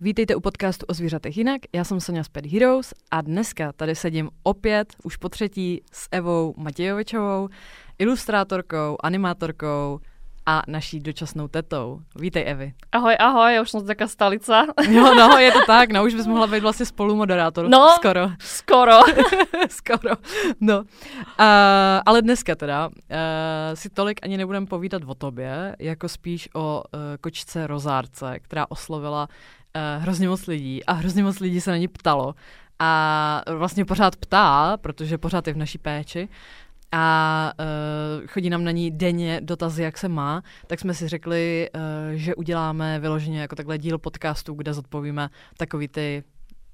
Vítejte u podcastu o zvířatech jinak, já jsem Sonja z Pet Heroes a dneska tady sedím opět, už po třetí, s Evou Matějovičovou, ilustrátorkou, animátorkou a naší dočasnou tetou. Vítej, Evi. Ahoj, ahoj, já už jsem taká stalica. Jo, no, je to tak, no, už bys mohla být vlastně spolumoderátor. No, skoro. Skoro, no. Ale dneska teda si tolik ani nebudem povídat o tobě, jako spíš o kočce Rozárce, která oslovila hrozně moc lidí a hrozně moc lidí se na ní ptalo. A vlastně pořád ptá, protože pořád je v naší péči. A chodí nám na ní denně dotazy, jak se má, tak jsme si řekli, že uděláme vyloženě jako takhle díl podcastu, kde zodpovíme takový ty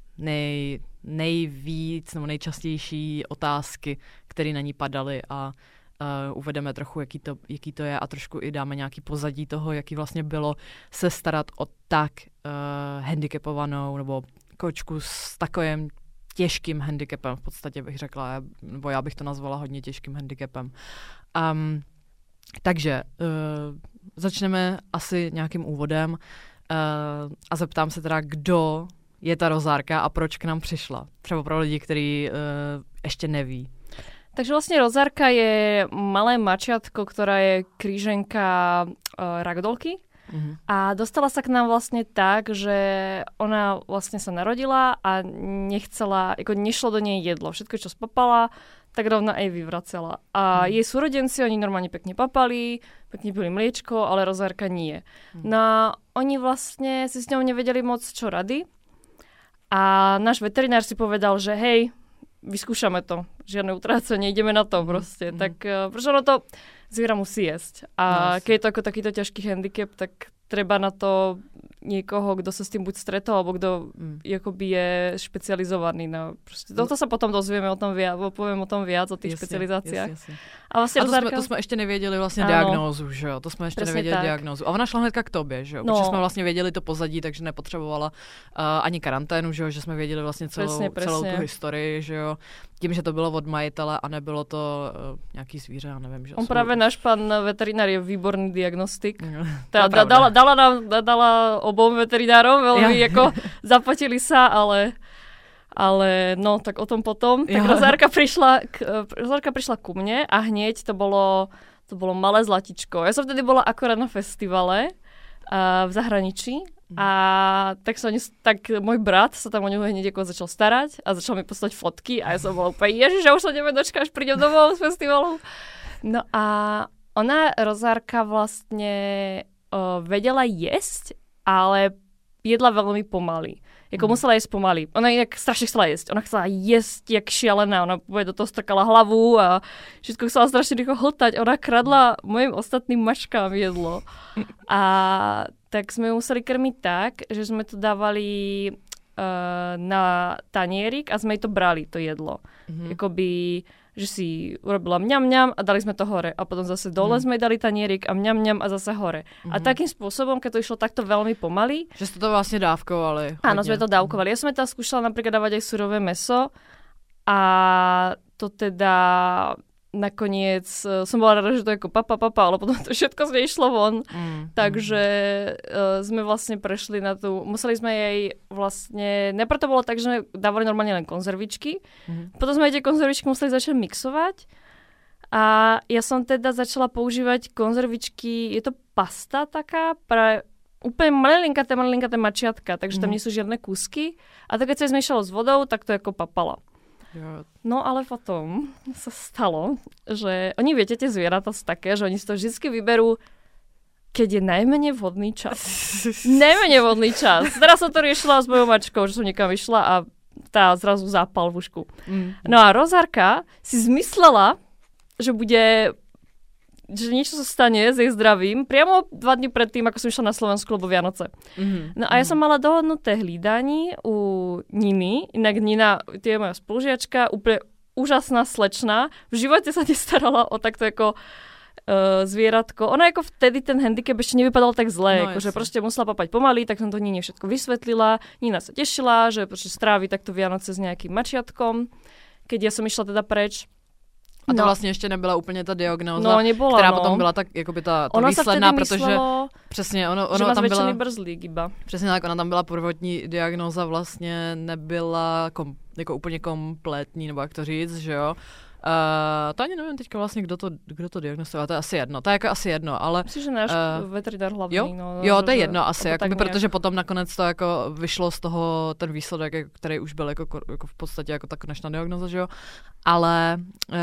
nejvíc nebo nejčastější otázky, které na ní padaly a uvedeme trochu, jaký to je a trošku i dáme nějaký pozadí toho, jaký vlastně bylo se starat o tak handicapovanou nebo kočku s takovým těžkým handicapem, v podstatě bych řekla, nebo já bych to nazvala hodně těžkým handicapem. Takže začneme asi nějakým úvodem a zeptám se teda, kdo je ta Rozárka a proč k nám přišla. Třeba pro lidi, kteří ještě neví. Takže vlastne Rozárka je malé mačiatko, ktorá je kríženka ragdolky. A dostala sa k nám vlastne tak, že ona vlastne sa narodila a nechcela, ako nešlo do nej jedlo. Všetko, čo spapala, tak rovno aj vyvracela. A jej súrodenci, oni normálne pekne papali, pekne pili mliečko, ale Rozárka nie. No a oni vlastne si s ňou nevedeli moc čo rady. A náš veterinár si povedal, že hej, vyskúšame to. Žiadne utrácenie, ideme na to proste. Tak pretože ono to zviera musí jesť. A keď je to ako takýto ťažký handicap, tak treba na to niekoho, kto sa s tým buď stretol, alebo kto akoby je špecializovaný. No, toto sa potom dozvieme o tom poviem o tom viac, o tých špecializáciách. Jasne. A vlastne to jsme ještě nevěděli vlastně diagnózu, že jo? To jsme ještě nevěděli diagnózu. A ona šla hnedka k tobě, že jo? Protože jsme vlastně věděli to pozadí, takže nepotřebovala ani karanténu, že jo? Že jsme věděli vlastně celou tu historii, že jo? Tím, že to bylo od majitele a nebylo to nějaký zvíře, já nevím, že on právě náš pan veterinár je výborný diagnostik. Dala obom veterinárom, veľmi ako zapotili sa, ale no, tak o tom potom. Tak Rozárka prišla ku mne a hneď to bolo malé zlatičko. Ja som vtedy bola akorát na festivale v zahraničí a tak môj brat sa tam o ňu hneď začal starať a začal mi poslať fotky a ja som bola úplne, ježiš, ja už sa neviem dočkať, až prídem domov z festivalu. No a ona, Rozárka, vlastne vedela jesť, ale jedla veľmi pomaly. Jako musela jesť pomaly. Ona jak strašne chcela jesť. Ona chcela jesť jak šialená. Ona do toho strkala hlavu a všetko chcela strašne rýchlo hltať. Ona kradla mojim ostatným mačkám jedlo. A tak sme ju museli krmiť tak, že sme to dávali na tanierik a sme jej to brali, to jedlo. Jakoby že si urobila mňam a dali sme to hore. A potom zase dole sme dali tanierik a mňam a zase hore. A takým spôsobom, keď to išlo takto veľmi pomaly. Že ste to vlastne dávkovali. Áno, sme to dávkovali. Ja som teda skúšala napríklad dávať aj surové mäso a to teda nakoniec som bola rada, že to je ako papa, ale potom to všetko z nej išlo von. Takže sme vlastne prešli na tú... Museli sme jej vlastne... Najprv to bolo tak, že sme dávali normálne len konzervičky. Potom sme tie konzervičky museli začať mixovať. A ja som teda začala používať konzervičky... Je to pasta taká pre úplne malinkaté mačiatka, takže tam nie sú žiadne kúsky. A tak keď sa je zmiešalo s vodou, tak to ako papala. No ale potom sa stalo, že oni, viete, tie zvieratá sú také, že oni si to vždy vyberú, keď je najmenej vhodný čas. Najmenej vhodný čas. Teraz som to riešila s mojou mačkou, že som niekam vyšla a tá zrazu zápal v ušku. No a Rozárka si zmyslela, že niečo sa stane s jej zdravím priamo 2 dni predtým, ako som išla na Slovensku, lebo Vianoce. No a ja som mala dohodnuté hlídanie u Niny. Inak Nina, to je moja spolužiačka, úplne úžasná slečna. V živote sa nestarala o takto ako zvieratko. Ona ako vtedy ten handicap ešte nevypadal tak zle, že proste musela papať pomaly, tak som to Nine všetko vysvetlila. Nina sa tešila, že strávi takto Vianoce s nejakým mačiatkom. Keď ja som išla teda preč, A to vlastně ještě nebyla úplně ta diagnóza, no, nebola, která potom byla tak jakoby ta výsledná, protože Přesně, ono že má tam zväčšený byla... brzlík iba. Přesně tak, ona tam byla prvotní diagnóza vlastně nebyla jako úplně kompletní, nebo jak to říct, že jo. To ani nevím teďka vlastně, kdo to diagnostoval, to je asi jedno, to je jako asi jedno, ale... Myslím, že náš veterinár hlavní. Jo, no, jo, to je jedno asi, jakoby, nějak... protože potom nakonec to jako vyšlo z toho ten výsledek, který už byl jako v podstatě jako ta konečná diagnoza, že jo, ale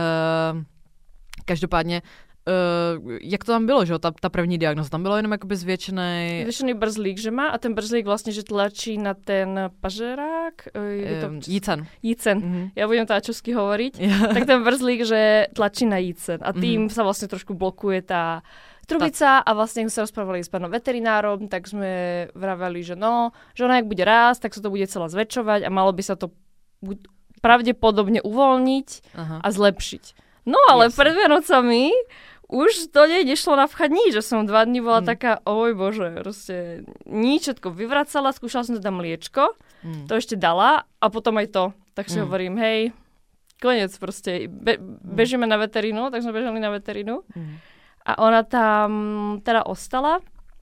každopádně jak to tam bylo, že jo, ta první diagnoza, tam bylo jenom jakoby zvětšený brzlík, že má a ten brzlík vlastně, že tlačí na ten pažerák. Jícen. Mm-hmm. Ja budem táčovsky hovoriť. Tak ten brzlík, že tlačí na jícen a tým sa vlastne trošku blokuje tá trubica a vlastne sa rozprávali s pánom veterinárom, tak sme vraveli, že že ona jak bude rásť, tak sa to bude celá zväčšovať a malo by sa to pravdepodobne uvoľniť a zlepšiť. No ale pred Vianocami už to nešlo napchať nič, že som 2 dní bola taká, oj bože, proste nič, všetko vyvracala, skúšala som teda mliečko, to ešte dala a potom aj to. Tak si hovorím, hej, koniec proste, bežíme na veterínu, tak sme bežali na veterínu a ona tam teda ostala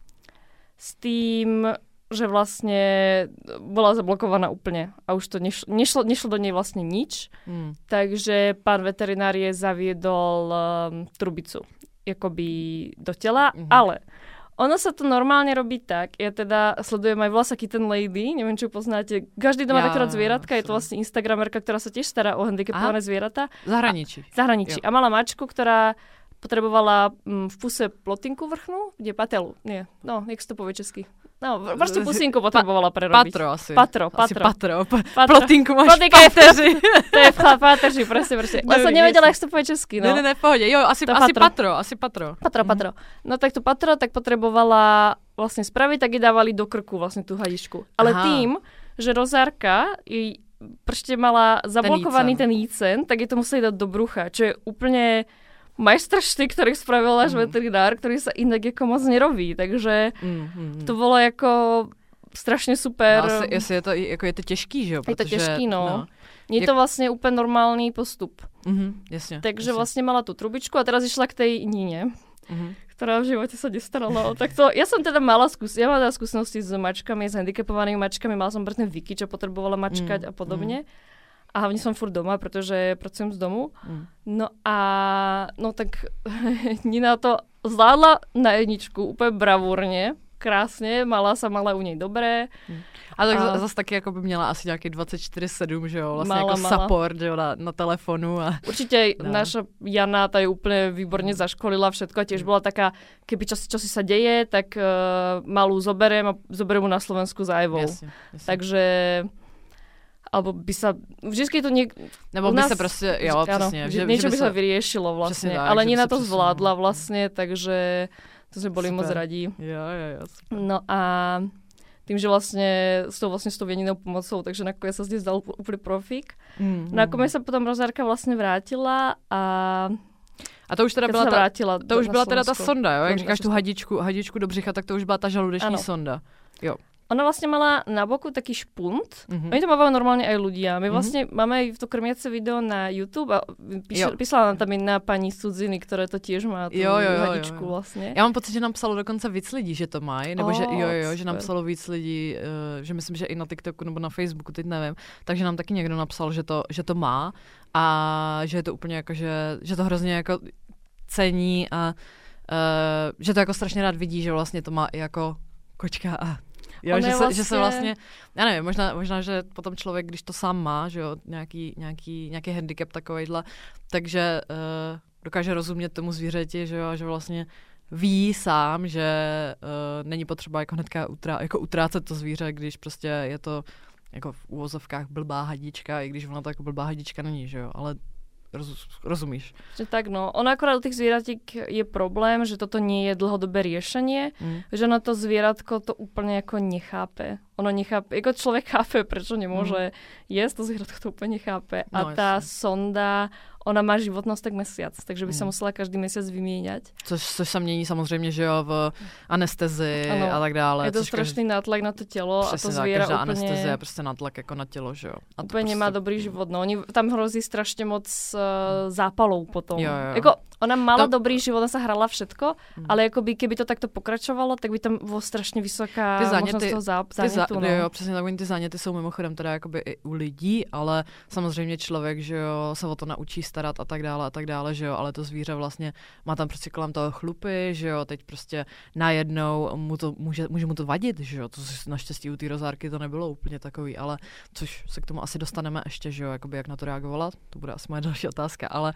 s tým, že vlastne bola zablokovaná úplne a už to nešlo do nej vlastne nič. Takže pán veterinár je zaviedol trubicu jakoby do tela, ale ono sa to normálne robí tak, ja teda sledujem aj Volá sa Kitten Lady, neviem, či ju poznáte, každý doma takrát zvieratka, je to vlastne instagramerka, ktorá sa tiež stará o handicapované zvieratá. Zahraničí. A mala mačku, ktorá potrebovala v puse plotinku vrchnú, kde patelu, nie, jak sa to povie česky. No, proste pusinku potrebovala prerobiť. Patro asi. Patro. Plotinku máš páteři. To je páteři, presne. Ja som nevedela, jak sa to povie česky, no. Ne, v pohode. Jo, asi patro. Patro. No tak to patro tak potrebovala vlastne spraviť, tak jej dávali do krku vlastne tú hadičku. Ale tým, že rozárka proste mala zablokovaný ten jícen, tak jej to museli dať do brucha, čo je úplne majstrštyk, ktorý spravil náš veterinár, ktorý sa inak ako moc nerobí, takže to bolo jako strašne super. No, je to těžký, že jo? Je to těžký, no. Je to vlastne úplne normálny postup. Jasne. Takže vlastne mala tú trubičku a teraz išla k tej Nine, ktorá v živote sa nestarala o takto. Ja som teda mala skúsenosti s mačkami, s handicapovanými mačkami, mala som ten Vicky, čo potrebovala mačkať a podobne. A hlavne som furt doma, pretože pracujem z domu. No tak Nina to zvládla na jedničku úplne bravúrne, krásne, mala u nej dobré. A tak zase taky jako by měla asi nějaký 24/7, že jo, vlastně mala. support, že jo, na telefonu. Určite naša Jana, ta je úplne výborne zaškolila všetko a tiež bola taká, keby čo si sa deje, tak malú zoberiem mu na Slovensku za Evou. Jasne. Takže alebo by sa, vždycky to nebo by sa proste, jo, přesně. Niečo by sa vyriešilo vlastne, tak, ale Nina to zvládla vlastne, takže to sme boli moc radí. Jo, super. No a tým, že vlastne s tou Janinou pomocou, takže nakoniec sa z nej zdal úplne profík. Nakoniec sa potom rozárka vlastne vrátila a to už teda byla teda ta sonda, jo? Jak říkáš tu hadičku do břicha, tak to už byla ta žaludeční sonda. Jo. Ona vlastne mala na boku taký špunt. Oni to mávajú normálne aj ľudia. My vlastne máme aj to krmiace video na YouTube a písala nám tam jedna pani z cudziny, ktoré to tiež má tú hadičku vlastne. Já mám pocit, že nám psalo dokonce víc lidí, že to mají, nebo že nám psalo víc lidí, že myslím, že i na TikToku nebo na Facebooku, teď nevím. Takže nám taky někdo napsal, že to má a že je to úplně jako, že to hrozně jako cení a že to jako strašně rád vidí, že vlastně to má i jako kočka a jo, že se vlastně, já nevím, možná, že potom člověk, když to sám má, že jo, nějaký handicap takovejhle, takže dokáže rozumět tomu zvířeti, že jo, a že vlastně ví sám, že není potřeba jako hnedka utrácet to zvíře, když prostě je to jako v úvozovkách blbá hadička, i když ona to jako blbá hadička není, že jo, ale rozumíš. Že tak, no. Ono akorát u tých zvieratík je problém, že toto nie je dlhodobé riešenie, že na to zvieratko to úplne ako nechápe. ono nechápe, jako človek chápe, prečo nemôže jesť, to zvieratko to úplne nechápe. A tá sonda, ona má životnosť tak mesiac, takže by sa musela každý mesiac vymieňať. Což sa mění samozřejmě, že jo, v anestezi a tak dále. Je to strašný nátlak na to tělo a to zviera úplne... anestezie je prostě nátlak jako na tělo, že jo. A úplne nemá dobrý život, no. Tam hrozí strašne moc zápalov potom. Jo. Jako, ona mala dobrý život, ona sa hrala všetko, ale jakoby, keby to takto pokračovalo, tak by tam bylo strašně vysoká možnost toho zánětu. Jo, přesně tak, ty záněty jsou mimochodem teda jakoby i u lidí, ale samozřejmě člověk, že jo, se o to naučí starat a tak dále, že jo, ale to zvíře vlastně má tam prostě kolem toho chlupy, že jo, teď prostě najednou může mu to vadit, že jo, to naštěstí u té rozárky to nebylo úplně takový, ale což se k tomu asi dostaneme ještě, že jo, jakoby jak na to reagovala, to bude asi moje další otázka, ale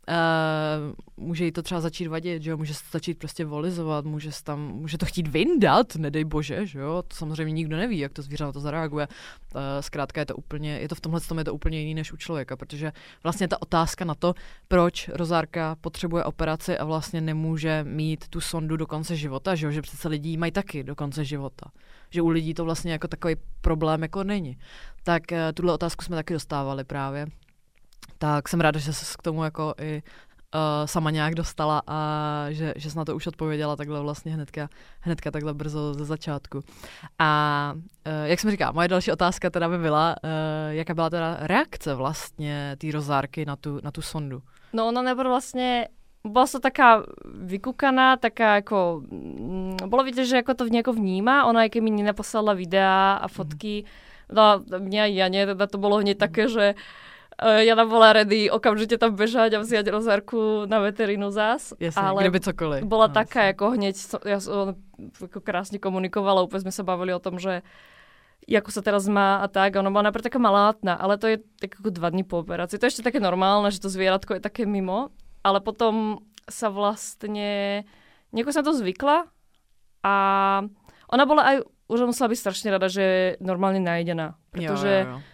může jí to třeba začít vadit, že jo, může se začít prostě volizovat, může to chtít vyndat, nedej bože, že jo, to samozřejmě nikdo neví, jak to zvíře na to zareaguje. Zkrátka je to v tomhle tom je to úplně jiný než u člověka, protože vlastně ta otázka na to, proč rozárka potřebuje operaci a vlastně nemůže mít tu sondu do konce života, že jo, že přece lidi mají taky do konce života, že u lidí to vlastně jako takový problém jako není. Tak tuhle otázku jsme taky dostávali právě. Tak jsem ráda, že se k tomu jako i sama nějak dostala a že jsi na to už odpověděla takhle vlastně hnedka takhle brzo ze začátku. A jak jsem říkala, moje další otázka teda by byla, jaká byla teda reakce vlastně té rozárky na tu sondu? No ona nebyla vlastně, bola to taká vykúkaná, taká jako, bolo vidieť, že ako to nejako vníma, ona aj keď mi nenaposlala videá a fotky, no mňa ja nie, teda to bolo hneď také, že Jana bola ready okamžite tam bežať a vziať rozárku na veterínu zás. Jasne, ale kdyby cokoliv. Bola taká, ako hneď, ja ako krásne komunikovala, úplne sme sa bavili o tom, že ako sa teraz má a tak. Ona bola najprv taká malátna, ale to je tak ako 2 dní po operácii. To je ešte také normálne, že to zvieratko je také mimo, ale potom sa vlastne nejako sa to zvykla a ona bola aj, už musela byť strašne rada, že je normálne najedená, pretože jo.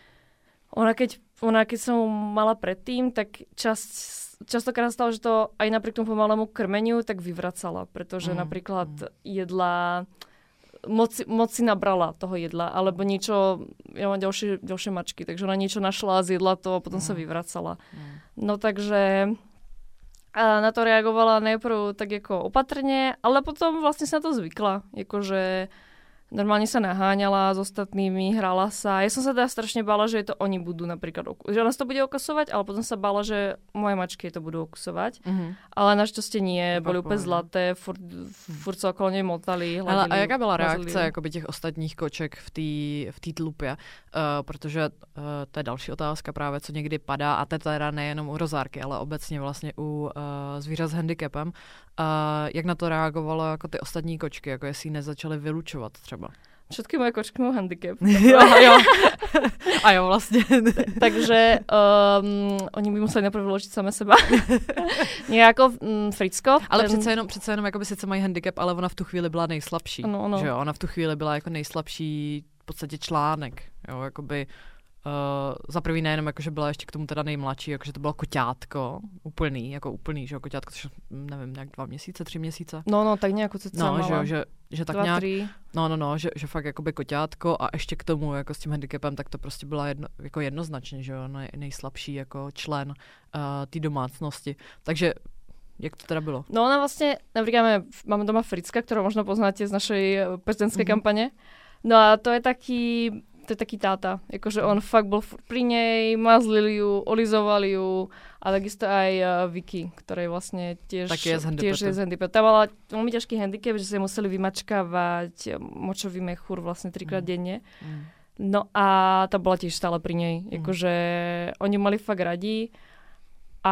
Ona keď som mala predtým, tak častokrát stalo, že to aj napriek tomu pomalému krmeniu tak vyvracala, pretože napríklad jedla moc si nabrala toho jedla, alebo niečo, ja mám ďalšie mačky, takže ona niečo našla a zjedla to a potom sa vyvracala. No takže a na to reagovala najprv tak ako opatrne, ale potom vlastne sa na to zvykla, akože normálne sa naháňala s ostatnými, hrala sa. Ja som sa teda strašne bála, že to oni budú napríklad, že ona to bude okusovať, ale potom sa bála, že moje mačky to budú okusovať. Ale našťastie nie, boli úplne zlaté, furt sa okolo nej motali, hladili. Ale a jaká byla reakce jakoby těch ostatních koček v té tlupě? Protože to je další otázka právě, co někdy padá, a to teda nejenom u rozárky, ale obecně vlastně u zvířat s handicapem. Jak na to reagovalo jako ty ostatní kočky, jako jestli ji nezačaly vylučovat třeba? Všetky moje kočky majú handicap. jo. A jo, vlastně. Takže oni by museli najprv vyložiť same seba. Nejako Fricko. Ale přece jenom jakoby sice mají handicap, ale ona v tu chvíli byla nejslabší. No. Že jo? Ona v tu chvíli byla jako nejslabší v podstatě článek. Jo? Jakoby za prvý nejenom, jakože byla ještě k tomu teda nejmladší, jakože to bylo koťátko, úplný, že jo, koťátko, což nevím, nějak 2 měsíce, 3 měsíce. No, tak nějak to mala. Že tak 2, nějak, 3. že fakt jakoby koťátko a ještě k tomu, jako s tím handicapem, tak to prostě byla jako jednoznačně, že jo, nejslabší jako člen té domácnosti. Takže jak to teda bylo? No ona vlastně, například máme doma Fricka, kterou možno poznáte z našej prezidentské kampane. No a to je taký táta, akože on fakt bol pri nej, mazlil ju, olizoval ju a takisto aj Vicky, ktorá je vlastne tiež je z handicapu. Tá mala veľmi ťažký handicap, že sa museli vymačkávať močový mechúr vlastne 3-krát denne. No a tá bola tiež stále pri nej. Akože oni mali fakt radi a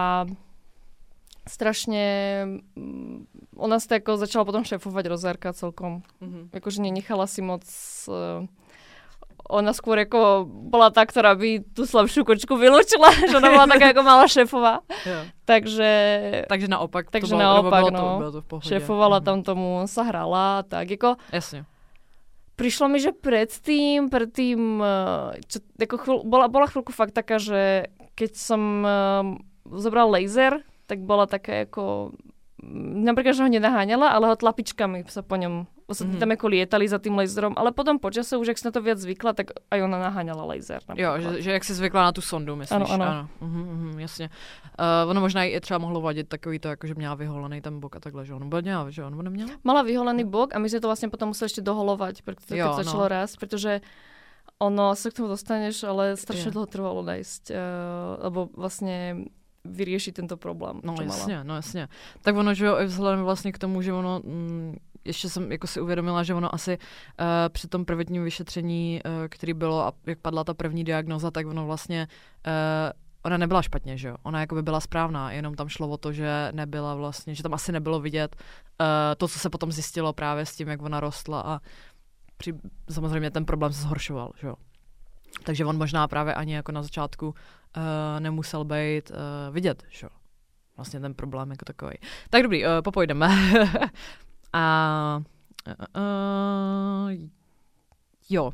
strašne ona sa ako začala potom šéfovať rozárka celkom. Akože nenechala si moc ona skôr ako bola tá, ktorá by tú slabšiu kočku vylúčila, že ona bola taká ako malá šéfová. Takže naopak. Takže naopak, bylo to v pohodě. Šéfovala tam tomu, sa hrala, tak ako. Jasne. Prišlo mi, že predtým bola chvíľku fakt taká, že keď som zobral laser, tak bola taká ako napríklad, že ho nenaháňala, ale ho tlapičkami sa po ňom Ostatní tam jako lietali za tým laserom, ale potom počase už, jak si na to viac zvykla, tak aj ona naháňala laser. Jo, že jak si zvykla na tu sondu, myslíš? Ano. Jasně. Ono možná i třeba mohlo vadit takový to, jako že měla vyholený ten bok a takhle, že ono měla, že ono neměla? Mala vyholený bok a my sme to vlastne potom museli ešte doholovať, pretože keď začalo rásť, pretože ono sa k tomu dostaneš, ale strašne dlho trvalo nájsť, lebo vlastne vyriešiť tento problém. No jasně. Tak ono, že jo, vzhledem vlastně k tomu, že ono, ještě jsem jako si uvědomila, že ono asi při tom prvotním vyšetření, který bylo a jak padla ta první diagnóza, tak ono vlastně, ona nebyla špatně, že jo. Ona jako by byla správná, jenom tam šlo o to, že nebyla vlastně, že tam asi nebylo vidět to, co se potom zjistilo právě s tím, jak ona rostla a samozřejmě ten problém se zhoršoval, že jo. Takže on možná právě ani jako na začátku nemusel být vidět, že jo. Vlastně ten problém jako takový. Tak dobrý, popojdeme. Jo.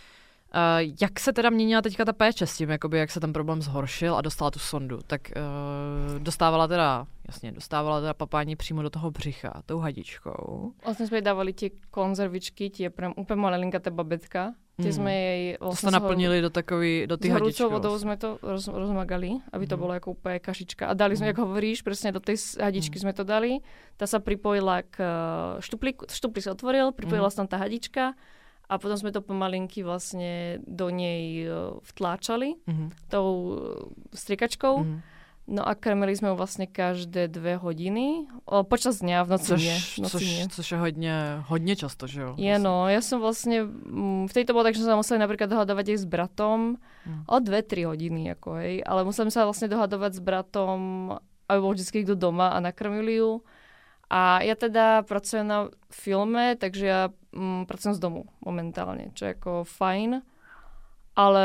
Jak se teda měnila teďka ta péče s tím, jakoby, jak se ten problém zhoršil a dostala tu sondu? Tak dostávala teda papání přímo do toho břicha, tou hadičkou. Vlastně jsme jí dávali tie konzervičky, tie prям úplně malinkaté babetka. Tie jsme jej vlastně to naplnili do té hadičky. S horúcou vodou jsme to rozmagali, aby to bylo jako úplně kašička. A dali jsme, jak hovoríš, presne do tej hadičky jsme to dali. Ta sa pripojila k štuplíku, štuplík sa otvoril, pripojila sa tam tá hadička. A potom sme to pomalinky vlastne do nej vtláčali tou striekačkou. No a krmili sme ju vlastne každé 2 hodiny. Počas dňa, v noci nie. Což je hodně často, že jo? Je, no. Ja som vlastne v tejto bolo tak, že sme sa museli napríklad dohadovať aj s bratom o 2-3 hodiny, ako, hej. Ale museli sa vlastne dohadovať s bratom, aby bol vždycky kto doma a nakrmili ju. A ja teda pracujem na filme, takže ja pracujem z domu momentálne, čo je ako fajn. Ale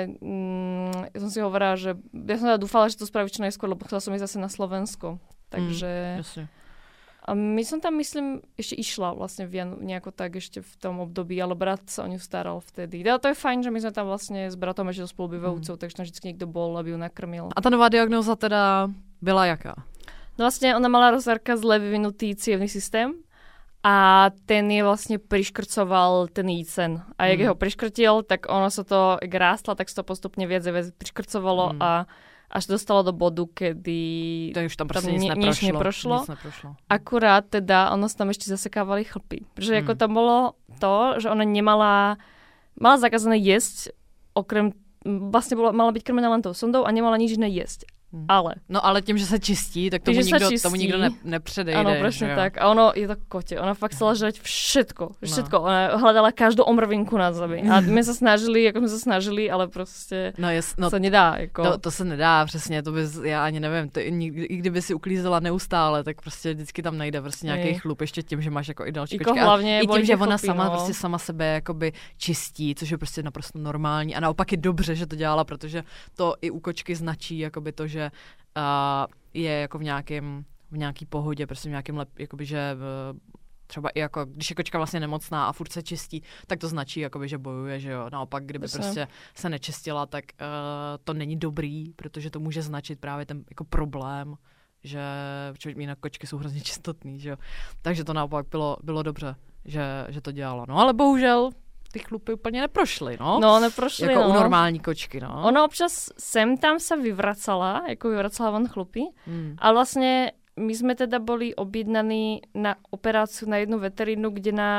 ja som si hovorila, že ja som teda dúfala, že to spraví čo najskôr, lebo chcela som ísť zase na Slovensko. Takže... A my som tam, myslím, ešte išla vlastne nejako tak ešte v tom období, ale brat sa o ňu staral vtedy. Ale to je fajn, že my sme tam vlastne s bratom ešte spolubývajúcou, takže tam vždycky niekto bol, aby ju nakrmil. A ta nová diagnóza teda byla jaká? No vlastne ona mala rozárka zle vyvinutý cievny systém a ten je vlastne priškrcoval ten jícen. A jak ho priškrtil, tak ono sa to, jak rástla, tak sa to postupne viac priškrcovalo a až dostalo do bodu, kedy už tam nič neprošlo. Akurát teda ono sa tam ešte zasekávali chlpy. Pretože ako tam bolo to, že ona mala zakázané jesť, okrem, vlastne mala byť krmená len tou sondou a nemala nič iné jesť. Ale tím, že se čistí, tak tomu nikdo nepředejde. Ano, presne tak. A ono je to kotě. Ona fakt chcela žrať všetko. Ona hľadala každou omrvinku na zemi. A my sa snažili, ale prostě se nedá. Jako. To se nedá, přesně. To bys, já ani nevím, i kdyby si uklízela neustále, tak prostě vždycky tam najde prostě nějaký chlup, ještě tím, že máš jako i další kočky. I tím, že ona sama prostě sama sebe jakoby čistí, což je prostě naprosto normální. A naopak je dobře, že to dělala, protože to i u kočky značí jakoby to, že je jako v nějaký pohodě, prostě v nějakém jakoby, že třeba i jako, když je kočka vlastně nemocná a furt se čistí, tak to značí, jakoby, že bojuje, že jo. Naopak, kdyby prostě se nečistila, tak to není dobrý, protože to může značit právě ten jako problém, že jinak kočky jsou hrozně čistotný, že jo. Takže to naopak bylo dobře, že to dělala. No ale bohužel ty chlupy úplně neprošly, no. No, neprošly, jako u normální kočky, no. Ono občas sem tam sa vyvracala von chlupy, ale vlastne my sme teda boli objednaní na operáciu na jednu veterínu,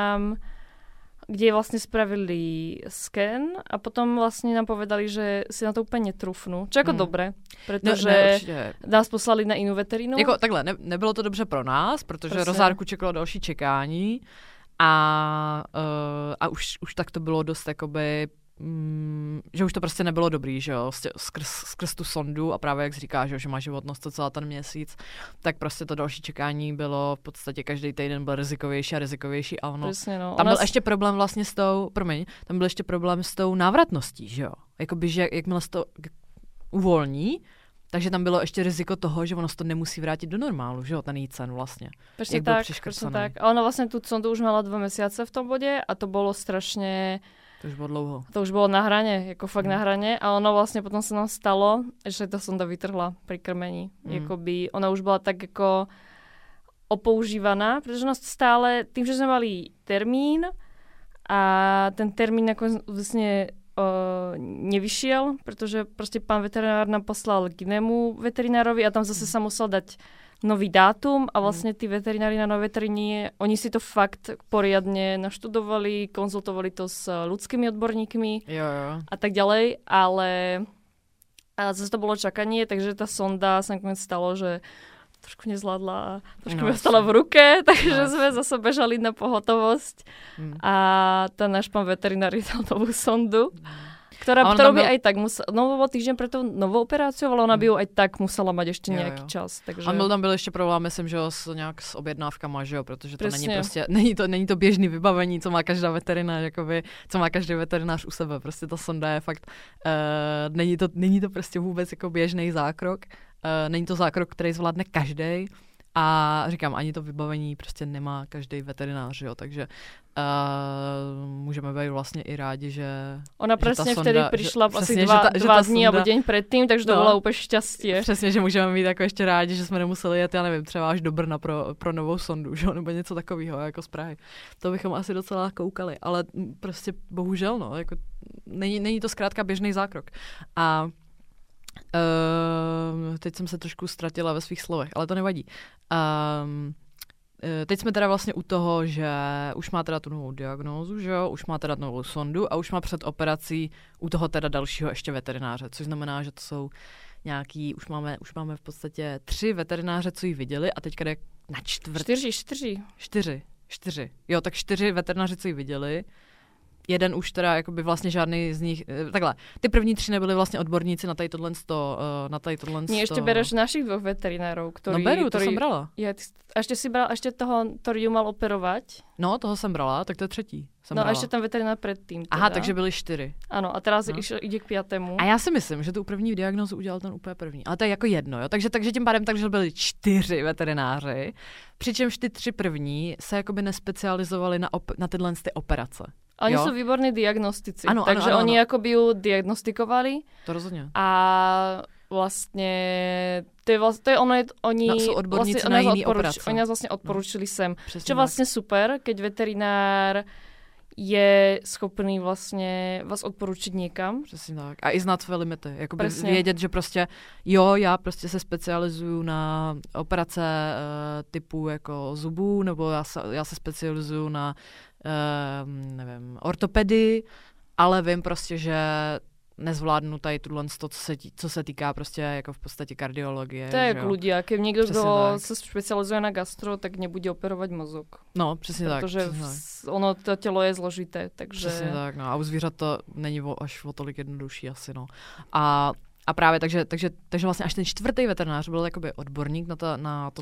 kde vlastne spravili sken a potom vlastne nám povedali, že si na to úplně netrufnú. Čo jako dobré, protože nás poslali na jinou veterínu. Jako takhle, nebylo to dobře pro nás, protože rozárku čekalo další čekání. A už tak to bylo dost jakoby, že už to prostě nebylo dobrý, že jo, skrz tu sondu a právě jak říká, že má životnost to celá ten měsíc, tak prostě to další čekání bylo v podstatě každý týden byl rizikovější a rizikovější a ono, přesně, no. Tam byl ještě problém vlastně tam byl ještě problém s tou návratností, že jo, jakoby, že jakmile se to uvolní, takže tam bylo ještě riziko toho, že ono se to nemusí vrátit do normálu, že jo, ten jícen vlastně. Presne tak. A ona vlastne tú sondu už mala 2 mesiace v tom bode a to bolo strašne... To už bylo dlouho. To už bolo na hrane, jako fakt na hrane. A ono vlastne potom sa nám stalo, že ta sonda vytrhla pri krmení. Jakoby ona už bola tak jako... opoužívaná, pretože nás stále, tým, že sme mali termín a ten termín nakoniec vlastne nevyšiel, pretože proste pán veterinár nám poslal k inému veterinárovi a tam zase sa musel dať nový dátum a vlastne tí veterinári na nové veterinie, oni si to fakt poriadne naštudovali, konzultovali to s ľudskými odborníkmi a tak ďalej, ale zase to bolo čakanie, takže tá sonda sa nakoniec stalo, že trošku nezvládla a trošku mi ostala v ruke, takže sme zase bežali na pohotovosť a ten náš pán veterinár dal novú sondu, ktorou by aj tak musela, no bol týždeň pre tú novou operáciu, ale ona by ju aj tak musela mať ešte nejaký čas. Takže... A tam byl ještě problém, myslím, že nějak s objednávkama, že jo, protože to není prostě, není to běžný vybavení, co má každá veterinář, jakoby, co má každý veterinář u sebe, prostě ta sonda je fakt, není to prostě vůbec jako běžný zákrok, není to zákrok, který zvládne každý. A říkám, ani to vybavení prostě nemá každý veterinář, jo, takže můžeme být vlastně i rádi, že ona presne vtedy prišla asi dva dní alebo deň predtým, takže to bylo úplně šťastie. Přesně, že můžeme být jako ještě rádi, že jsme nemuseli jet, já nevím, třeba až do Brna pro novou sondu, že? Nebo něco takového, jako z Prahy. To bychom asi docela koukali, ale prostě bohužel, no, jako není to zkrátka běžný zákrok. A teď jsem se trošku ztratila ve svých slovech, ale to nevadí. Teď jsme teda vlastně u toho, že už má teda tu novou diagnózu, že jo, už má teda novou sondu a už má před operací u toho teda dalšího ještě veterináře, což znamená, že to jsou nějaký, už máme v podstatě 3 veterináře, co ji viděli a teďka jde na 4. Jo, tak 4 veterináři, co ji viděli. Jeden už teda jakoby vlastně žádný z nich, takhle, ty první 3 nebyli vlastně odborníci na tady tohle. Nie, ešte bereš našich 2 veterinárov, ktorí... No beru, to jsem brala. A ešte si bral toho, ktorý ju mal operovať? No, toho jsem brala, tak to je 3. No a ešte ten veterinár predtým. Teda. Aha, takže byli 4. Ano, a teraz ide k 5. A já si myslím, že tu první diagnózu udělal ten úplně první. Ale to je jako jedno, jo. Takže tím pádem takže byli 4 veterináři, přičemž ty 3 první se jakoby nespecializovali na tyhle ty operace. Oni sú výborní diagnostici, takže oni akoby ju diagnostikovali. To rozhodně. A vlastne oni sú odborníci na iný operace. Oni nás vlastne odporučili sem. Čo vlastne super, keď veterinár je schopný vlastně vás odporučit někam. Přesně tak. A i znát své limity. Jakoby vědět, že prostě já prostě se specializuju na operace typu jako zubů, nebo já se specializuju na nevím, ortopedii, ale vím prostě, že nezvládnu tady tuhle co se týká prostě jako v podstatě kardiologie. To je jako ľudia. Keď někdo, kdo se specializuje na gastro, tak nebude operovat mozog. No, přesně tak. Protože ono, to tělo je zložité, takže... Přesně tak, no. A u zvířat to není až o tolik jednodušší asi, no. A právě, takže vlastně až ten 4. veterinář byl jakoby odborník na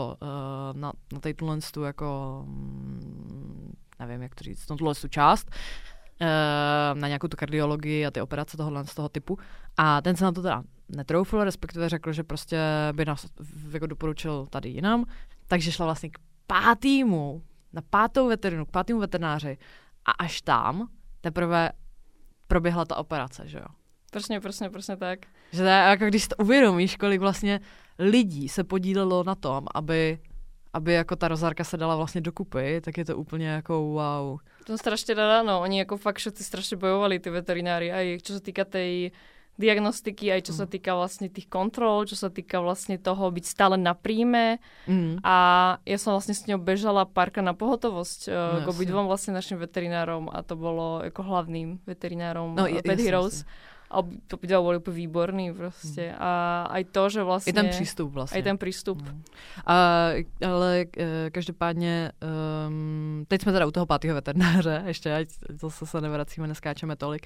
tuhle jako nevím, jak to říct, na tuhle část, na nějakou tu kardiologii a ty operace z toho typu. A ten se na to teda netroufl, respektive řekl, že prostě by nás jako doporučil tady jinam. Takže šla vlastně k 5. na 5. veterinu, k 5. veterináři. A až tam teprve proběhla ta operace, že jo? Přesně tak. Že to je, jako když si to uvědomíš, kolik vlastně lidí se podílelo na tom, aby jako ta rozárka se dala vlastně dokupy, tak je to úplně jako wow. To strašně rada, no. Oni jako fakt všetci strašně bojovali, ty veterinári, aj čo sa týka tej diagnostiky, aj čo sa týka vlastne tých kontrol, čo sa týka vlastne toho byť stále na príjme. A ja som vlastne s ňou bežala párka na pohotovosť k obidvom vlastne našim veterinárom a to bolo ako hlavným veterinárom Pet Heroes. A obidva boli úplne výborní proste. A aj to, že vlastne... I ten přístup vlastně. Aj ten prístup. Ale každopádně, teď jsme teda u toho 5. veterináře, ještě ať zase se nevracíme, neskáčeme tolik.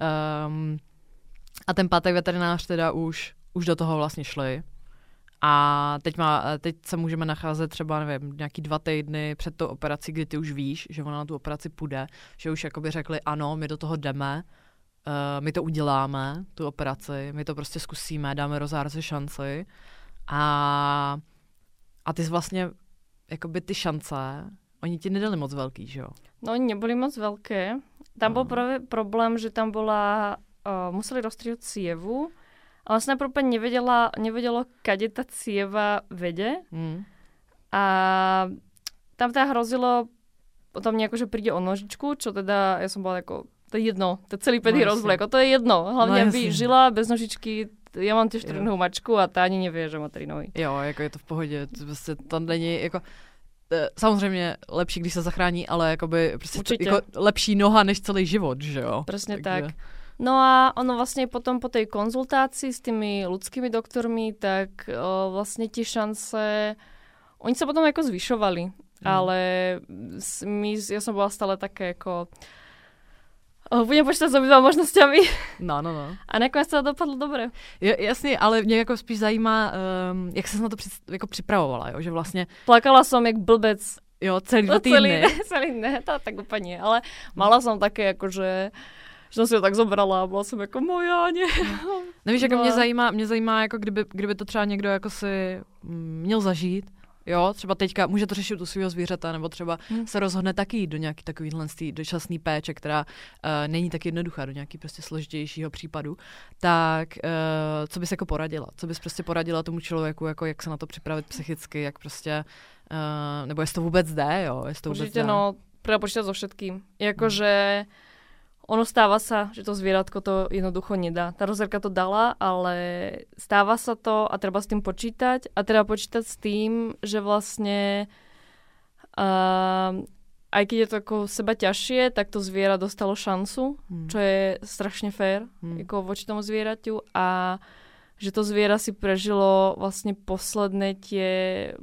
A ten 5. veterinář teda už do toho vlastně šli. A teď se můžeme nacházet třeba, nevím, nějaký 2 týdny před tou operací, kdy ty už víš, že ona na tu operaci půjde, že už jakoby řekli, ano, my do toho jdeme, my to uděláme, tu operaci, my to prostě zkusíme, dáme rozárce šanci a ty vlastně, jakoby ty šance, oni ti nedali moc velký, že jo? No oni neboli moc velké. Tam bol práve problém, že tam bola, museli rozstriať cievu a vlastne najprv nevedelo, kade tá cieva vede. A tam teda hrozilo, potom mne akože príde o nožičku, čo teda ja som bola ako, to je jedno, to celý pedy rozvlek, to je jedno. Hlavne, aby žila bez nožičky. Já mám těž trojnohou mačku a ta ani neví, že má 3 nohy. Jo, jako je to v pohodě. Prostě to není jako... Samozřejmě lepší, když se zachrání, ale jakoby prostě jako lepší noha než celý život, že jo? Přesně tak. No a ono vlastně potom po tej konzultácii s tými ľudskými doktormi, tak vlastně tie šance, oni sa potom jako zvyšovali, ale ja som bola stále také jako budem počítať s obidva možnosťami. No. A nakonec to dopadlo dobře. Jasně, ale mě jako spíš zajímá, jak se na to jako připravovala, jo? Že vlastně... Plakala som jak blbec. Jo, celý 2 týdny. Celý ne, to tak úplně, ale mala som také jako, že jsem si to tak zobrala a byla jsem jako moja, ne. Nevíš, jako mě zajímá, jako kdyby to třeba někdo jako si měl zažít. Jo, třeba teďka může to řešit u svého zvířata, nebo třeba se rozhodne taky jít do nějaký takovýhle dočasný péče, která není tak jednoduchá, do nějaký prostě složitějšího případu. Tak co bys jako poradila? Co bys prostě poradila tomu člověku, jako jak se na to připravit psychicky, jak prostě, nebo jestli to vůbec jde, jo? Určitě, no, treba počítať so všetkým. Jakože ono stáva sa, že to zvieratko to jednoducho nedá. Tá rozerka to dala, ale stáva sa to a treba s tým počítať. A treba počítať s tým, že vlastne aj keď je to ako seba ťažšie, tak to zviera dostalo šancu, čo je strašne fér ako voči tomu zvieraťu. A že to zviera si prežilo vlastne posledné tie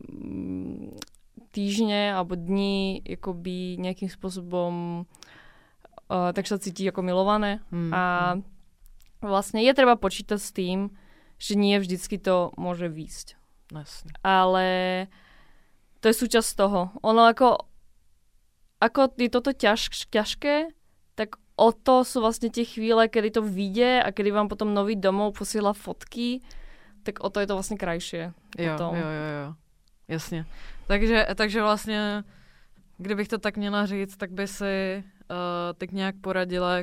týždne alebo dni akoby nejakým spôsobom takže sa cíti ako milované. A vlastne je treba počítať s tým, že nie vždycky to môže výjsť. Jasne. Ale to je súčasť toho. Ono ako je toto ťažké, tak o to sú vlastne tie chvíle, kedy to vyjde a kedy vám potom nový domov posiela fotky, tak o to je to vlastne krajšie. Jo. Jasně. Takže vlastně, kdybych to tak měla říct, tak by si tak nějak poradila,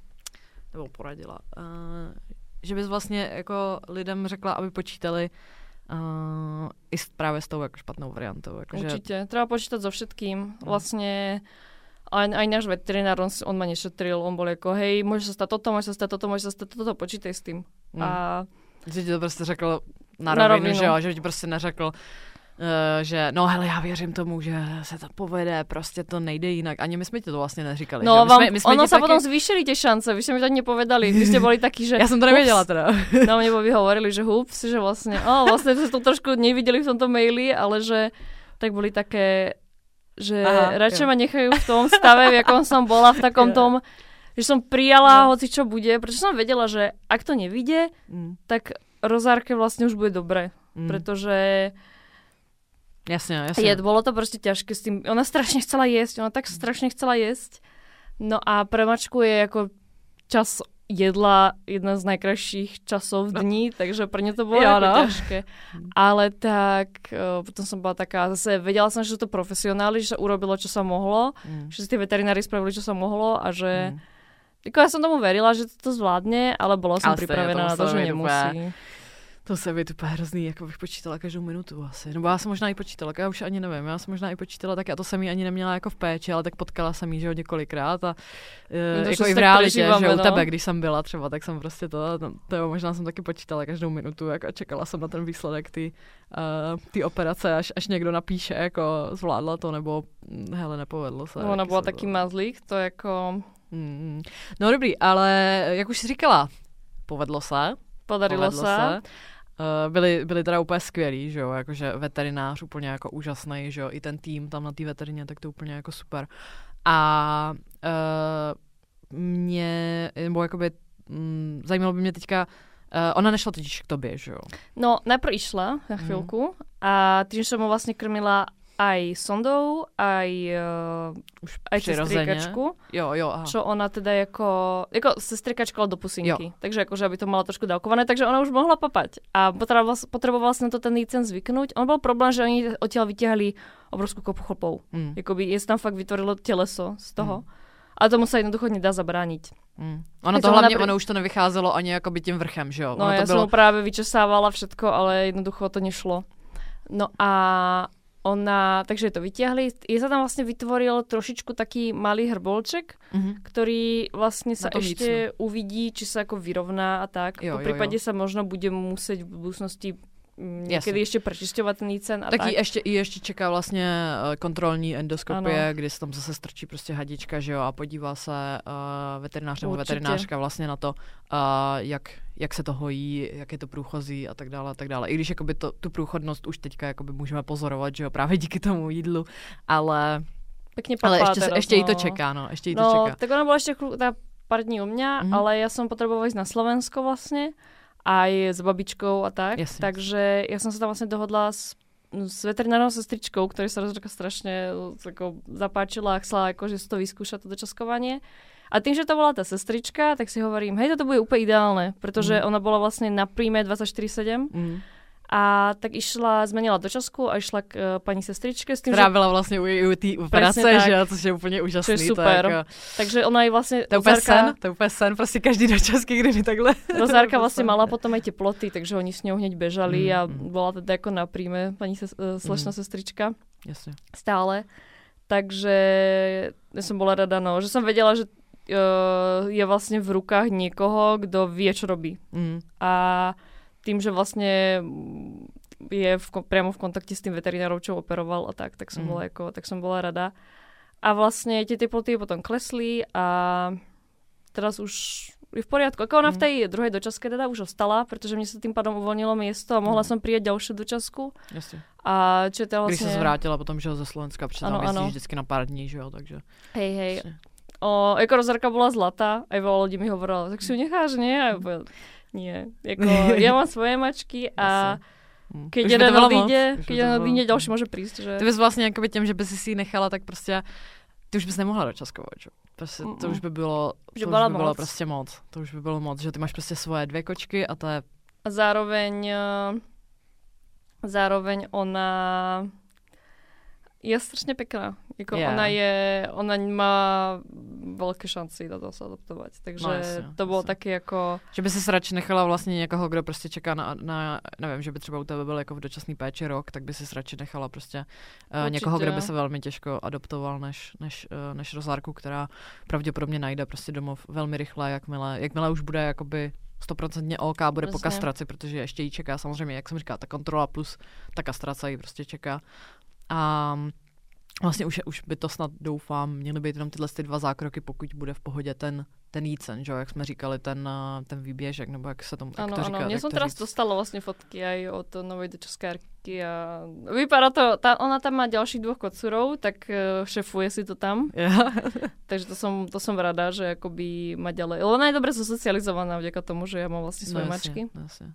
že bys vlastně jako lidem řekla, aby počítali i právě s tou jako špatnou variantou. Jako určitě, treba počítať so všetkým. Vlastně aj náš veterinár, on ma nešetril, on bol jako, hej, môže sa stať toto, môže sa stať toto, počítej s tým. A že ti to prostě řekl na rovinu, že jo, že ti prostě neřekl, že no hele, já věřím tomu, že se to povede, prostě to nejde jinak. Ani my jsme ti to vlastně neříkali. No, my ono sa potom zvýšili tie šance, vy ste mi to nepovedali. Vy ste boli takí, že... Já jsem to nevěděla teda. No, mne by hovorili, že hups, že vlastne ste to trošku nevideli v tomto maili, ale že tak boli také, že radšej ma nechajú v tom stave, v jakom som bola, v takom tom, že som prijala hoci čo bude, pretože som vedela, že ak to nevidie, tak Rozárke vlastne už bude dobre, pretože Jasne. Bolo to proste ťažké s tým. Ona strašne chcela jesť, ona tak strašne chcela jesť. No a pre mačku je ako čas jedla jedna z najkrajších časov v dni, takže pre ňu to bolo ťažké. Ale tak potom som bola taká, zase vedela som, že sú to profesionáli, že sa urobilo, čo sa mohlo, že si tí veterinári spravili, čo sa mohlo a že ja som tomu verila, že to zvládne, ale bola som pripravená na to, že nemusí. To se být úplně hrozný, jako bych počítala každou minutu asi. Nebo já jsem možná i počítala, já už ani nevím, já jsem možná i počítala tak, a to jsem jí ani neměla jako v péči, ale tak potkala jsem jí, že jo, několikrát a jako i v realitě, že u tebe, když jsem byla třeba, tak jsem prostě to možná jsem taky počítala každou minutu, jako a čekala jsem na ten výsledek ty operace, až někdo napíše, jako zvládla to, nebo hele, nepovedlo se. No, ona byla taky mazlík, to jako... No dobrý, ale jak už jsi říkala, povedlo se. Podarilo se. Byli teda úplně skvělí, že jo, jakože veterinář úplně jako úžasný, že jo, i ten tým tam na té veterině, tak to úplně jako super. A nebo jakoby zajímalo by mě teďka, ona nešla totiž k tobě, že jo? No, najprv išla na chvíľku a tým, že som ho vlastne krmila aj sondou, aj cez striekačku. Jo, aha. Čo ona teda jako se striekačka do pusinky. Takže akože, aby to mala trošku dávkované, takže ona už mohla papať. A potrebovala si na to ten jícen zvyknúť. On bol problém, že oni odtiaľ vytiahli obrovskú kopu chlpov. Jakoby je tam fakt vytvorilo těleso z toho. Ale tomu se jednoducho nedá zabrániť. Ono to hlavně, ono už to nevycházelo ani jakoby tím vrchem, že jo? No, ja som ho právě vyčesávala všetko, ale jednoducho to nešlo. No a takže to vytiahli. Je sa tam vlastne vytvoril trošičku taký malý hrbolček, ktorý vlastne sa ešte uvidí, či sa ako vyrovná a tak. Po prípade sa možno bude musieť v budúcnosti někdy ještě prečisťovat ten jícen a tak. Ještě čeká vlastně kontrolní endoskopie, kdy se tam zase strčí prostě hadička, že jo, a podívá se veterinář nebo veterinářka vlastně na to, jak se to hojí, jak je to průchozí a tak dále a tak dále. I když jakoby tu průchodnost už teďka jakoby můžeme pozorovat, že jo, právě díky tomu jídlu, ale pekne papá ještě jí to čeká, no. Ještě jí to čeká. Tak ona byla ještě pár dní u mě, ale já jsem potřebovala jít na Slovensko vlastně. Aj s babičkou a tak. Jasne. Takže ja som sa tam vlastne dohodla s veterinárnou sestričkou, ktorej sa rozhodka strašne ako zapáčila a chcela akože si to vyskúšať, to dočaskovanie. A tým, že to bola tá sestrička, tak si hovorím, hej, toto bude úplne ideálne, pretože ona bola vlastne na príjme 24/7. A tak zmenila dočasku a išla k paní sestřičce s tím, která byla vlastně u té operace, že jo, což je úplně úžasný. To je super. To jako... Takže ona je vlastně... To je úplně sen, prostě každý dočasky, kdy mi takhle... Rozárka vlastně mala potom aj teploty, takže oni s ňou hneď bežali a bola teda jako na príjme paní slečna sestrička. Jasně. Stále. Takže ja som bola rada, no, že som vedela, že je vlastně v rukách niekoho, kdo vie, čo robí. A tým, že vlastne je priamo v kontakte s tým veterinárom, čo operoval a tak som bola rada. A vlastne tie teploty potom klesli a teraz už je v poriadku. Ako ona v tej druhej dočaske teda už ostala, pretože mne sa tým pádom uvoľnilo miesto a mohla som prijať ďalšiu dočasku. Jasne. A čo je teda vlastne... Když sa zvrátila potom, že ho ze Slovenska, protože tam jezdíš vždycky na pár dní, že jo, takže... Hej. Jako rozárka bola zlatá, aj veľa ľudí mi hovorila, tak si ju necháš, nie? A nie, jako ja mám svoje mačky a keď jeden odíde, ďalší môže prísť. Že... Ty bys vlastně jakoby tím, že by si ji nechala, tak prostě ty už bys nemohla dočaskovat, že? Prostě to už by bylo, prostě moc. To už by bylo moc, že ty máš prostě svoje 2 kočky a to je... A zároveň ona je strašně pěkná. Jako ona má velké šanci na to se adaptovat. Takže to bylo taky jako... Že by si radši nechala vlastně někoho, kdo prostě čeká na nevím, že by třeba u tebe byl jako v dočasný péči rok, tak by si radši nechala prostě někoho, kdo by se velmi těžko adaptoval než rozárku, která pravděpodobně najde prostě domov velmi rychle, jakmile už bude jakoby 100% OK, bude po kastraci, protože ještě jí čeká samozřejmě, jak jsem říkala, ta kontrola plus ta kastrace jí prostě čeká. A vlastně už by to snad, doufám, měly být jenom tyhle 2 zákroky, pokud bude v pohodě ten jícen, že? Jak jsme říkali, ten výběžek, nebo jak se tomu ano, to říká. Mně jsem teraz dostala vlastně fotky aj od novej dočaskárky a vypadá to, ona tam má ďalších 2 kocúrov, tak šefuje si to tam. Yeah. Takže to som rada, že akoby ma ďalej. Ona je dobre socializovaná vďaka tomu, že ja mám vlastne svoje mačky. Jasne.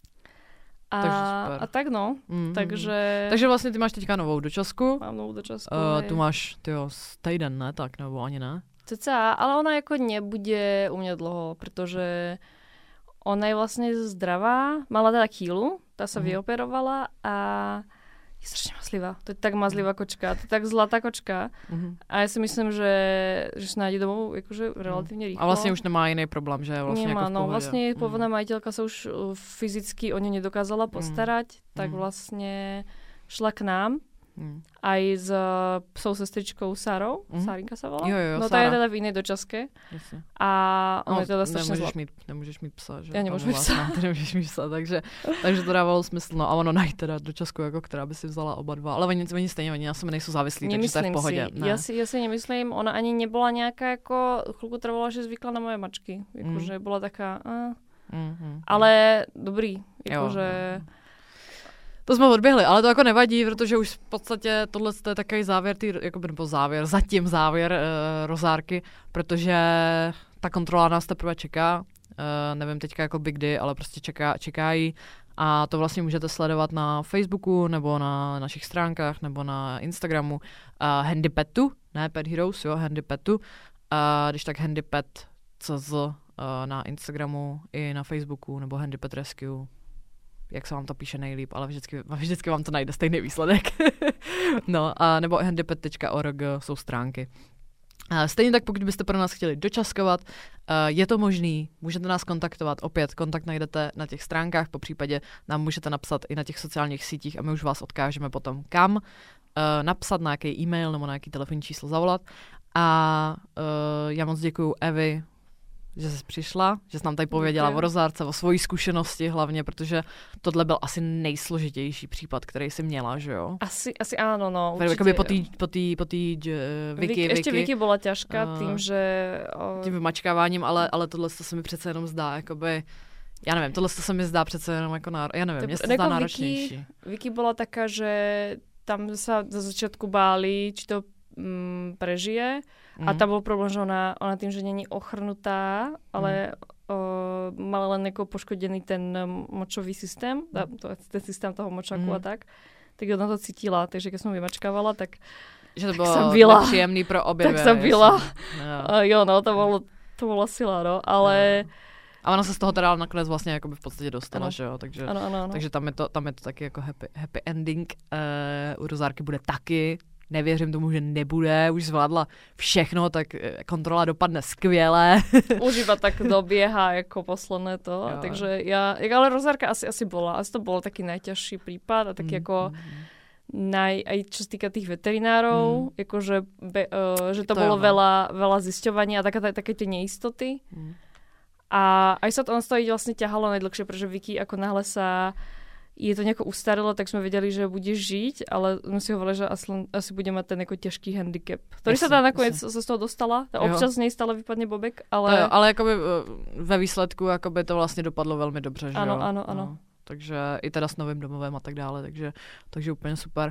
A tak no, takže vlastně ty máš teďka novou dočasku. Mám novou dočasku. Tu máš, týden, ne? Tak, nebo ani ne? Cca, ale ona jako nebude u mňa dlho, protože ona je vlastně zdravá, mala teda kýlu, tá sa vyoperovala a je strašně mazlivá. To je tak mazlivá kočka, to je tak zlatá kočka. A já si myslím, že se nájde domů jakože relativně rychle. A vlastně už nemá jiný problém, že je vlastně nemá, jako v pohodě. vlastně původná majitelka se už fyzicky o ně nedokázala postarať, tak vlastně šla k nám. Aj s psou sestričkou Sárou. Sárinka sa volá? Jo, no tá je teda v inej dočaske. Jasne. A ona je teda strašne zlá. Nemôžeš mít psa, že? Ja nemôžem mít psa. Nemôžeš mít psa, takže to dávalo smysl. No a ono najít teda dočasku, jako, která by si vzala oba 2. Ale oni stejně, oni na sebe nejsou závislí, takže to je v pohodě. Ja si nemyslím, ona ani nebola nějaká jako, chvilku trvala, že zvykla na moje mačky. Jakože bola taká, ale dobrý. Jakože... To jsme odběhli, ale to jako nevadí, protože už v podstatě tohle je takový závěr, zatím závěr rozárky, protože ta kontrola nás teprve čeká. Nevím teďka jako kdy, ale prostě čekají. A to vlastně můžete sledovat na Facebooku, nebo na našich stránkách, nebo na Instagramu Handypetu, ne Pet Heroes, jo, Handypetu. Když tak handypet.cz na Instagramu i na Facebooku, nebo Handypet Rescue. Jak se vám to píše nejlíp, ale vždycky vám to najde stejný výsledek. No, a nebo handypet.org jsou stránky. Stejně tak, pokud byste pro nás chtěli dočaskovat, je to možný, můžete nás kontaktovat, opět kontakt najdete na těch stránkách, popřípadě nám můžete napsat i na těch sociálních sítích a my už vás odkážeme potom kam. napsat na nějaký e-mail nebo na nějaký telefonní číslo zavolat. A já moc děkuju Evi, že jsi přišla, že jsi nám tady pověděla o rozárce, o svojí zkušenosti hlavně, protože tohle byl asi nejsložitější případ, který jsi měla, že jo? Asi áno, no. Určite. Jakoby po té Vicky. Ešte Vicky bola ťažká tým, že... Tím vymačkáváním, ale tohle se mi přece jenom zdá, jakoby... Já nevím, tohle se mi zdá přece jenom jako já nevím, mně se to zdá náročnější. Vicky bola taká, že tam sa za začiatku báli, či to prežije. A tam bol problém, že ona tým, že není ochrnutá, ale mala len jako poškodený ten močový systém, ten systém toho močaku a tak ona to cítila, takže keď som vymačkávala, tak že to bylo nepříjemný pro obě. Tak sa byla. Jo, no, to bolo sila, no, ale... A ona se z toho teda nakonec vlastně jakoby v podstatě dostala, ano. že jo, takže, ano. Takže tam je to taky jako happy ending. U Rozárky bude taky. Nevěřím tomu, že nebude, už zvládla všechno, tak kontrola dopadne skvěle. Už iba tak dobieha jako posledné to, jo. Takže ale Rozárka asi bola, asi to bolo taký najťažší prípad a taký ako aj čo sa týka tých veterinárov, akože, že to bolo veľa zisťovania a také tie neistoty. A aj sa to vlastne ťahalo najdlhšie, pretože Vicky ako náhle sa je to nejako ustarilo, tak sme vedeli, že bude žiť, ale my si hovorili, že asi bude mať ten jako ťažký handicap, ktorý sa nakoniec sa z toho dostala. Občas z nej stále vypadne bobek, ale... Ale jakoby ve výsledku jakoby to vlastně dopadlo velmi dobře, že jo? Ano. No, takže i teda s novým domovem a tak dále, takže úplně super.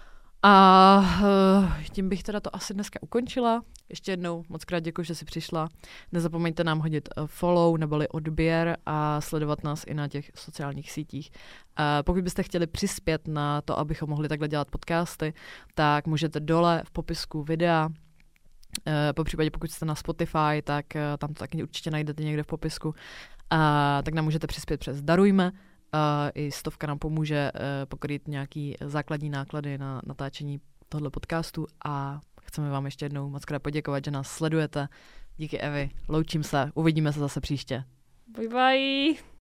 A tím bych teda to asi dneska ukončila. Ještě jednou moc krát děkuji, že jsi přišla. Nezapomeňte nám hodit follow neboli odběr a sledovat nás i na těch sociálních sítích. Pokud byste chtěli přispět na to, abychom mohli takhle dělat podcasty, tak můžete dole v popisku videa, popřípadě pokud jste na Spotify, tak tam to taky určitě najdete někde v popisku, tak nám můžete přispět přes Darujme. I 100 nám pomůže pokrýt nějaký základní náklady na natáčení tohle podcastu a chceme vám ještě jednou moc krát poděkovat, že nás sledujete. Díky Evi, loučím se, uvidíme se zase příště. Bye bye.